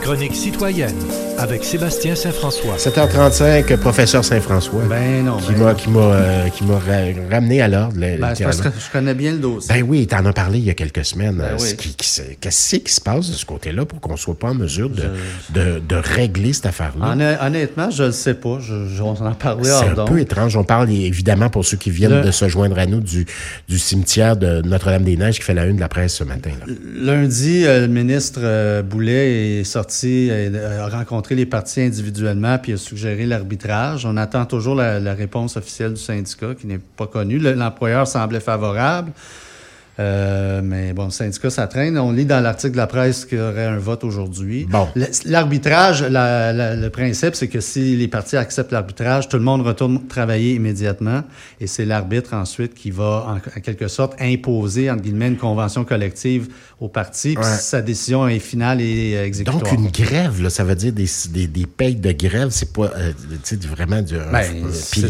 chronique citoyenne avec Sébastien Saint-François. 7h35, professeur Saint-François. Ben non. Qui m'a ramené à l'ordre. C'est parce que je connais bien le dossier. Ben oui, t'en as parlé il y a quelques semaines. Oui. Qu'est-ce qui se passe de ce côté-là pour qu'on soit pas en mesure de régler cette affaire-là? Honnêtement, je ne sais pas. On en parlait hors C'est un d'onde. peu étrange. On parle évidemment, pour ceux qui viennent de se joindre à nous, du cimetière de Notre-Dame-des-Neiges qui fait la une de la presse ce matin. Là. Lundi, le ministre Boulet est sorti, a rencontré les partis individuellement puis a suggéré l'arbitrage. On attend toujours la réponse officielle du syndicat qui n'est pas connue. L'employeur semblait favorable. Mais bon, le syndicat, ça traîne. On lit dans l'article de la presse qu'il y aurait un vote aujourd'hui. Bon. L'arbitrage, le principe, c'est que si les partis acceptent l'arbitrage, tout le monde retourne travailler immédiatement et c'est l'arbitre ensuite qui va, en quelque sorte, imposer, entre guillemets, une convention collective aux partis. Puis sa décision est finale et exécutoire. Donc, une grève, là, ça veut dire des payes de grève, c'est pas vraiment du... Puis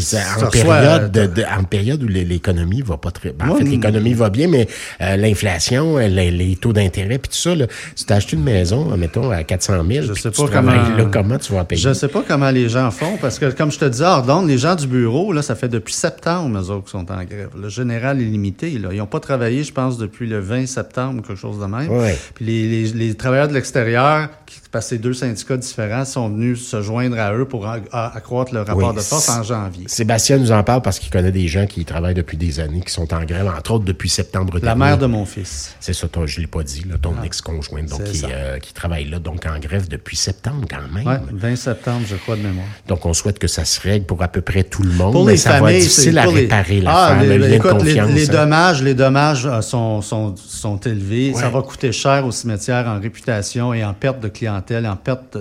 en période où l'économie va pas très... En fait, l'économie va bien, mais l'inflation, les taux d'intérêt, puis tout ça, là, si tu as acheté une maison, mettons, à 400 000, je sais tu pas comment tu vas payer? Je sais pas comment les gens font, parce que, comme je te disais, hors d'onde, les gens du bureau, là, ça fait depuis septembre, eux autres, qui sont en grève. Le général est limité, là. Ils n'ont pas travaillé, je pense, depuis le 20 septembre ou quelque chose de même. Ouais. Puis les travailleurs de l'extérieur, parce que ces deux syndicats différents, sont venus se joindre à eux pour accroître le rapport de force en janvier. Sébastien nous en parle parce qu'il connaît des gens qui travaillent depuis des années, qui sont en grève, entre autres depuis septembre dernier. La mère de mon fils. C'est ça, je ne l'ai pas dit, là, ton ex-conjointe, donc qui travaille là, donc en grève depuis septembre quand même. Oui, 20 septembre, je crois, de mémoire. Donc, on souhaite que ça se règle pour à peu près tout le monde, pour mais les ça familles, va être difficile à réparer l'affaire, le lien de confiance. Les dommages sont élevés. Ouais. Ça va coûter cher au cimetière en réputation et en perte de clientèle, en perte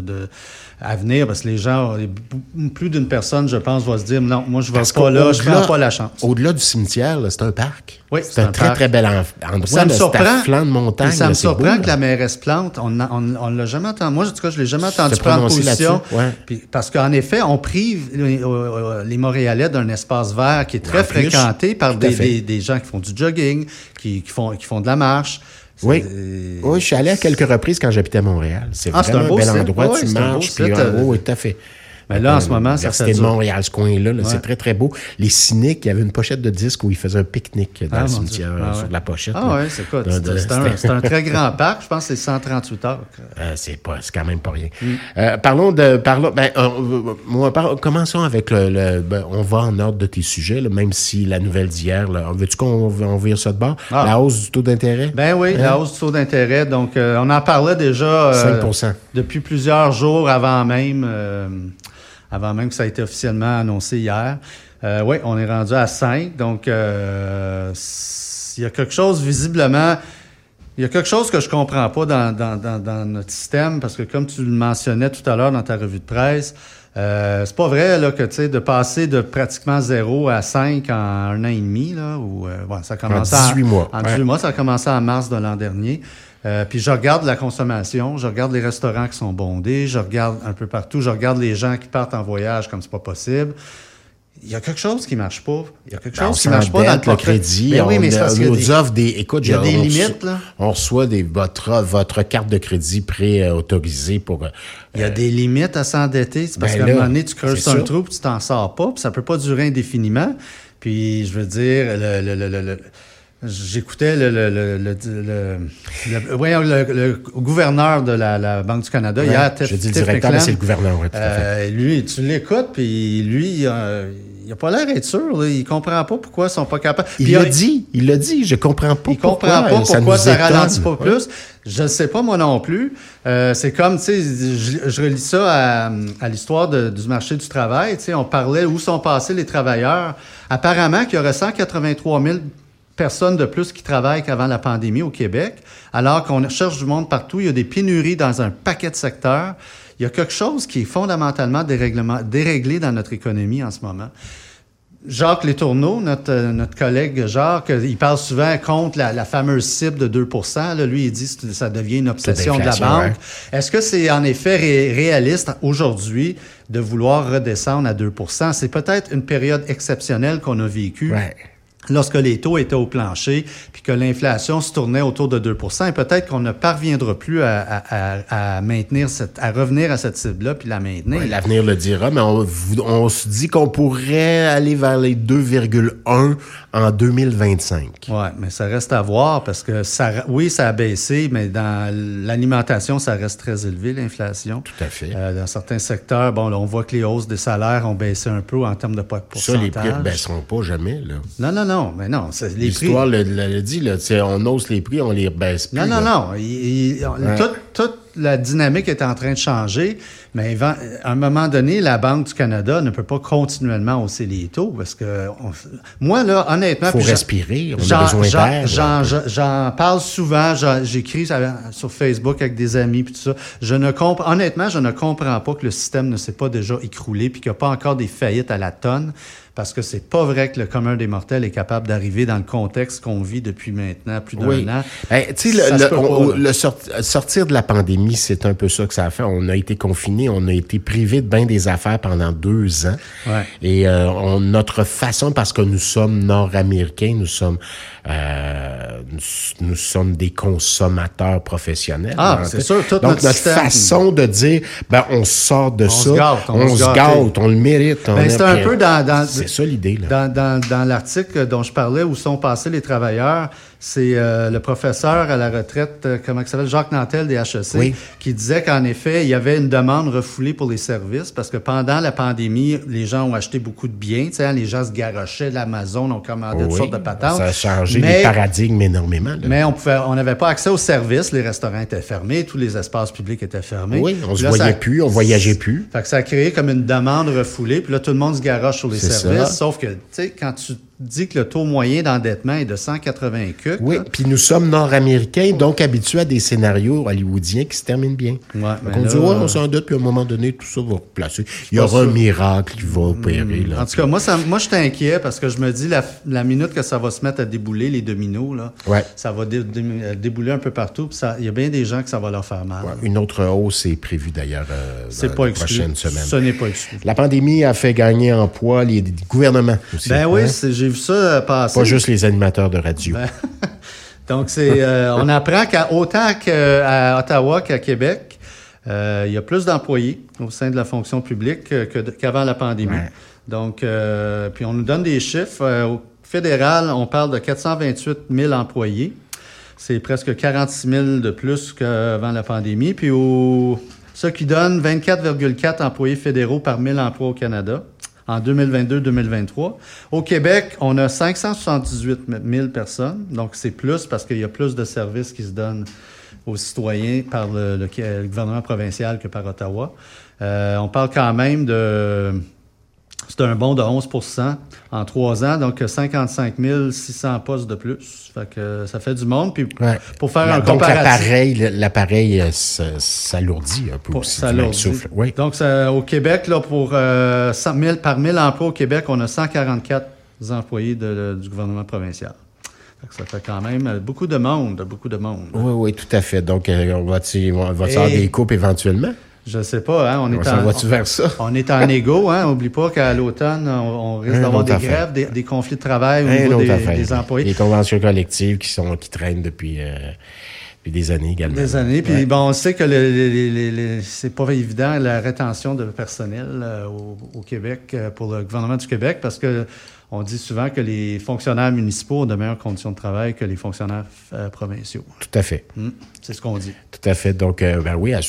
à venir, parce que les gens, plus d'une personne, je pense, va se dire, non, moi, je ne vais pas là, je ne prends pas la chance. Au-delà du cimetière, là, c'est un parc. Oui, c'est un très, très bel endroit. Ça me surprend. Flanc de montagne. Ça me surprend beau, que la mairesse plante. On l'a jamais entendu. Moi, en tout cas, je l'ai jamais entendu prendre position. Ouais. Puis, parce qu'en effet, on prive les Montréalais d'un espace vert qui est très fréquenté par des gens qui font du jogging, qui font de la marche. Oui, je suis allé à quelques reprises quand j'habitais à Montréal. C'est vraiment un bel endroit. Tu marches, puis oui, tout à fait. Mais là, en ce moment, ça fait de Montréal, ce coin-là, c'est très, très beau. Les Cyniques, il y avait une pochette de disques où ils faisaient un pique-nique dans le cimetière sur la pochette. Ah oui, c'est quoi? C'est un très grand parc. Je pense que c'est 138 heures. C'est quand même pas rien. Commençons avec on va en ordre de tes sujets, là, même si la nouvelle d'hier, là, veux-tu qu'on vire ça de bord? La hausse du taux d'intérêt? Ben oui, la hausse du taux d'intérêt. Donc, on en parlait déjà 5%. Depuis plusieurs jours avant même que ça a été officiellement annoncé hier. Oui, on est rendu à 5. Donc, il y a quelque chose, visiblement, il y a quelque chose que je comprends pas dans notre système, parce que comme tu le mentionnais tout à l'heure dans ta revue de presse, c'est pas vrai là, que tu sais, de passer de pratiquement 0 à 5 en 1 an et demi, là, ça a commencé en 18 mois. En 18 mois, ça a commencé en mars de l'an dernier. Puis je regarde la consommation, je regarde les restaurants qui sont bondés, je regarde un peu partout, je regarde les gens qui partent en voyage comme c'est pas possible. Il y a quelque chose qui marche pas. Il y a quelque chose qui marche pas dans le crédit. Ben oui, mais on nous offre des... Écoute, il y a des limites, là. On reçoit votre carte de crédit pré-autorisée pour... Il y a des limites à s'endetter. C'est parce qu'à un moment donné, tu creuses un trou puis tu t'en sors pas, puis ça peut pas durer indéfiniment. Puis, je veux dire, j'écoutais le gouverneur de la Banque du Canada hier. Je dis le directeur, mais c'est le gouverneur. Ouais, tout à fait. Lui, tu l'écoutes, puis lui, il a pas l'air d'être sûr. Là. Il comprend pas pourquoi ils sont pas capables. Il l'a dit. Je comprends pas pourquoi. Il comprend pas pourquoi ça ralentit pas plus. Ouais. Je ne sais pas, moi non plus. C'est comme, tu sais, je relis ça à l'histoire du marché du travail. Tu sais, on parlait où sont passés les travailleurs. Apparemment qu'il y aurait 183 000 personnes de plus qui travaillent qu'avant la pandémie au Québec, alors qu'on cherche du monde partout. Il y a des pénuries dans un paquet de secteurs. Il y a quelque chose qui est fondamentalement déréglé dans notre économie en ce moment. Jacques Letourneau, notre collègue Jacques, il parle souvent contre la fameuse cible de 2 %. Là, lui, il dit que ça devient une obsession de la banque. Ouais. Est-ce que c'est en effet réaliste aujourd'hui de vouloir redescendre à 2 %? C'est peut-être une période exceptionnelle qu'on a vécue. Ouais. lorsque les taux étaient au plancher, puis que l'inflation se tournait autour de 2%, et peut-être qu'on ne parviendra plus à maintenir à revenir à cette cible-là, puis la maintenir. Ouais, l'avenir le dira, mais on se dit qu'on pourrait aller vers les 2,1 en 2025. Oui, mais ça reste à voir, parce que ça a baissé, mais dans l'alimentation, ça reste très élevé, l'inflation. Tout à fait. Dans certains secteurs, bon, là, on voit que les hausses des salaires ont baissé un peu en termes de pourcentage. Ça, les prix ne baisseront pas jamais, là. Non, mais non. L'histoire le dit, là, on hausse les prix, on les baisse plus. Non. Toute la dynamique est en train de changer, mais à un moment donné, la Banque du Canada ne peut pas continuellement hausser les taux, parce que moi, là, honnêtement... Il faut respirer, on a besoin d'air. J'en parle souvent, j'écris sur Facebook avec des amis, puis tout ça. Honnêtement, je ne comprends pas que le système ne s'est pas déjà écroulé, puis qu'il n'y a pas encore des faillites à la tonne, parce que c'est pas vrai que le commun des mortels est capable d'arriver dans le contexte qu'on vit depuis maintenant plus d'un an. Tu sais, sortir de la pandémie, c'est un peu ça que ça a fait. On a été confinés, on a été privés de bien des affaires pendant 2 ans. Ouais. Et notre façon, parce que nous sommes nord-américains, nous sommes des consommateurs professionnels. Ah, c'est sûr. Donc, notre façon de dire, on sort de ça, on se gâte, on le mérite. C'est un peu c'est ça l'idée, là. Dans l'article dont je parlais, où sont passés les travailleurs, c'est le professeur à la retraite, comment il s'appelle, Jacques Nantel des HEC, qui disait qu'en effet, il y avait une demande refoulée pour les services, parce que pendant la pandémie, les gens ont acheté beaucoup de biens, les gens se garochaient, l'Amazon, ont commandé toutes sortes de patentes. Ça a changé les paradigmes énormément. Là. Mais on n'avait pas accès aux services, les restaurants étaient fermés, tous les espaces publics étaient fermés. Oui, on se voyait plus, on voyageait plus. Fait que ça a créé comme une demande refoulée, puis là, tout le monde se garoche sur les services, sauf que, tu sais, quand tu dit que le taux moyen d'endettement est de 180 cucs. Oui, puis nous sommes nord-américains, donc habitués à des scénarios hollywoodiens qui se terminent bien. Ouais, donc on dit, on s'endette, puis à un moment donné, tout ça va replacer. Il y aura un miracle qui va opérer. Là, en tout cas, moi, je suis inquiet parce que je me dis, la minute que ça va se mettre à débouler, les dominos, là, ça va débouler un peu partout, puis il y a bien des gens que ça va leur faire mal. Ouais, une autre hausse est prévue, d'ailleurs, dans les prochaines semaines. Ce n'est pas exclu. La pandémie a fait gagner en poids les gouvernements aussi. Ben oui, j'ai vu ça passer. Pas juste les animateurs de radio. Donc, on apprend qu'autant qu'à Ottawa qu'à Québec, il y a plus d'employés au sein de la fonction publique qu'avant la pandémie. Ouais. Donc, puis on nous donne des chiffres. Au fédéral, on parle de 428 000 employés. C'est presque 46 000 de plus qu'avant la pandémie. Puis ça qui donne 24,4 employés fédéraux par 1000 emplois au Canada en 2022-2023. Au Québec, on a 578 000 personnes. Donc, c'est plus parce qu'il y a plus de services qui se donnent aux citoyens par le gouvernement provincial que par Ottawa. On parle quand même c'est un bond de 11 % en 3 ans, donc 55 600 postes de plus. Fait que ça fait du monde. Puis pour faire un comparatif... Donc l'appareil s'alourdit un peu aussi. Souffle. Oui. Donc au Québec, là, par 1000 emplois au Québec, on a 144 employés du gouvernement provincial. Ça fait quand même beaucoup de monde. Oui, tout à fait. Donc, on va avoir des coupes éventuellement? Je sais pas, hein. Vers ça? On est en égo, hein. N'oublie pas qu'à l'automne, on risque d'avoir des grèves, des conflits de travail au niveau des employés. Les conventions collectives qui traînent depuis des années également. Des années. Puis on sait que c'est pas évident la rétention de personnel au Québec pour le gouvernement du Québec parce que on dit souvent que les fonctionnaires municipaux ont de meilleures conditions de travail que les fonctionnaires provinciaux. Tout à fait. C'est ce qu'on dit. Tout à fait. Donc, un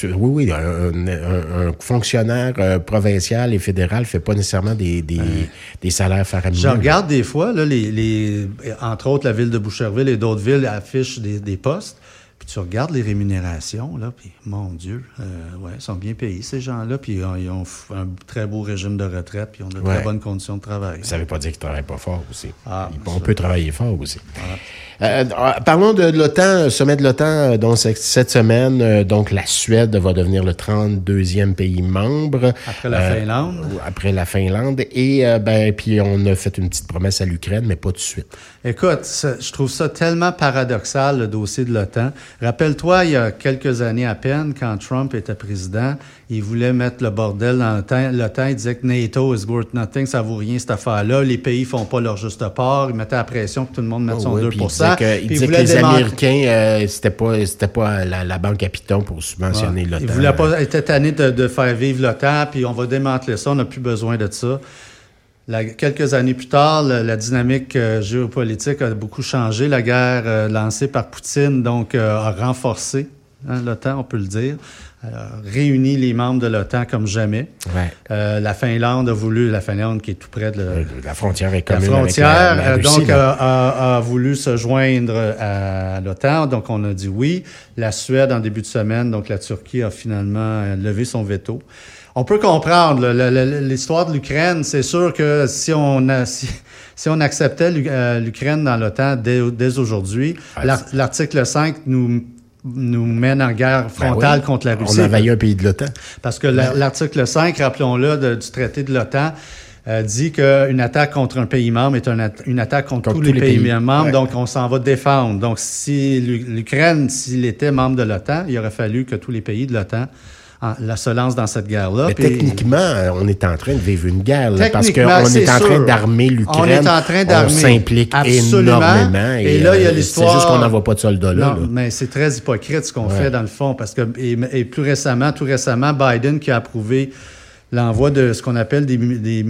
fonctionnaire provincial et fédéral ne fait pas nécessairement des salaires faramineux. Je regarde des fois, là, entre autres, la ville de Boucherville et d'autres villes affichent des postes. Puis tu regardes les rémunérations, là, puis mon Dieu, ils sont bien payés, ces gens-là, puis ils ont un très beau régime de retraite, puis ils ont de très bonnes conditions de travail. Ça ne veut pas dire qu'ils ne travaillent pas fort aussi. On peut travailler fort aussi. Parlons de l'OTAN, sommet de l'OTAN, donc cette semaine, donc la Suède va devenir le 32e pays membre. Après la Finlande. Après la Finlande. Et puis on a fait une petite promesse à l'Ukraine, mais pas tout de suite. Écoute, je trouve ça tellement paradoxal, le dossier de l'OTAN. Rappelle-toi, il y a quelques années à peine, quand Trump était président, il voulait mettre le bordel dans l'OTAN. Il disait que NATO is worth nothing, ça vaut rien cette affaire-là. Les pays font pas leur juste part. Il mettait la pression que tout le monde mette son 2%. Il disait que les Américains, c'était pas la banque à Python pour subventionner l'OTAN. Il voulait pas être tanné de faire vivre l'OTAN, puis on va démanteler ça, on n'a plus besoin de ça. Quelques années plus tard, la dynamique géopolitique a beaucoup changé. La guerre lancée par Poutine donc a renforcé l'OTAN, on peut le dire, réuni les membres de l'OTAN comme jamais. Ouais. La Finlande qui est tout près de la frontière est commune. La frontière, avec la Russie, donc, a voulu se joindre à l'OTAN. Donc, on a dit oui. La Suède, en début de semaine, donc la Turquie a finalement levé son veto. On peut comprendre l'histoire de l'Ukraine. C'est sûr que si on acceptait l'Ukraine dans l'OTAN dès aujourd'hui, l'article 5 nous mène en guerre frontale contre la Russie. On envahit un pays de l'OTAN. Parce que l'article 5, rappelons-le, du traité de l'OTAN, dit qu'une attaque contre un pays membre est une attaque contre tous les pays membres, ouais. Donc on s'en va défendre. Donc si l'Ukraine, s'il était membre de l'OTAN, il aurait fallu que tous les pays de l'OTAN se lance dans cette guerre-là. Mais techniquement, on est en train de vivre une guerre, là, parce qu'on est en train d'armer l'Ukraine. On est en train d'armer. On s'implique énormément. Et là, il y a l'histoire. C'est juste qu'on n'envoie pas de soldats là. Non, mais c'est très hypocrite ce qu'on fait dans le fond, parce que et tout récemment, Biden qui a approuvé l'envoi de ce qu'on appelle des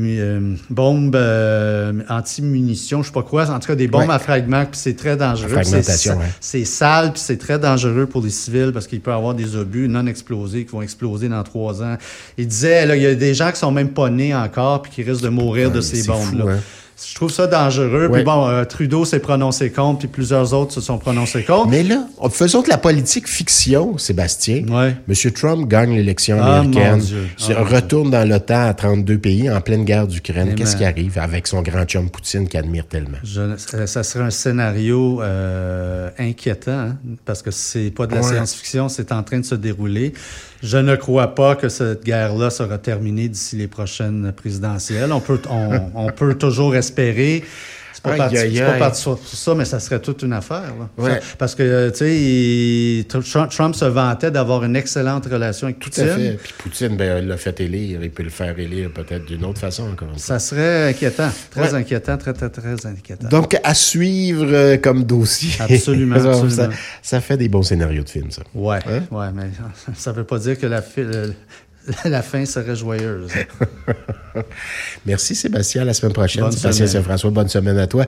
bombes anti-munitions, je sais pas quoi, en tout cas des bombes à fragments, puis c'est très dangereux. C'est sale, puis c'est très dangereux pour les civils parce qu'il peut y avoir des obus non explosés qui vont exploser dans 3 ans. Il disait, là, il y a des gens qui sont même pas nés encore puis qui risquent de mourir de ces bombes-là. Fou, hein? Je trouve ça dangereux. Puis bon, Trudeau s'est prononcé contre, puis plusieurs autres se sont prononcés contre. Mais là, faisons de la politique fiction, Sébastien. Ouais. M. Trump gagne l'élection américaine, retourne dans l'OTAN à 32 pays en pleine guerre d'Ukraine. Qu'est-ce qui arrive avec son grand chum Poutine qu'il admire tellement? Ça serait un scénario inquiétant, hein, parce que c'est pas de la science-fiction, c'est en train de se dérouler. Je ne crois pas que cette guerre-là sera terminée d'ici les prochaines présidentielles. On peut toujours espérer. C'est pas parti sur ça, mais ça serait toute une affaire. Là. Ouais. Parce que, tu sais, Trump se vantait d'avoir une excellente relation avec Poutine. Tout à fait. Puis Poutine, il l'a fait élire. Il peut le faire élire peut-être d'une autre façon encore. Ça serait inquiétant. Très inquiétant. Très, très, très inquiétant. Donc, à suivre comme dossier. Absolument. Absolument. Ça fait des bons scénarios de films, ça. Oui, mais ça ne veut pas dire que la fin serait joyeuse. Merci, Sébastien. À la semaine prochaine. Sébastien Saint-François, bonne semaine à toi.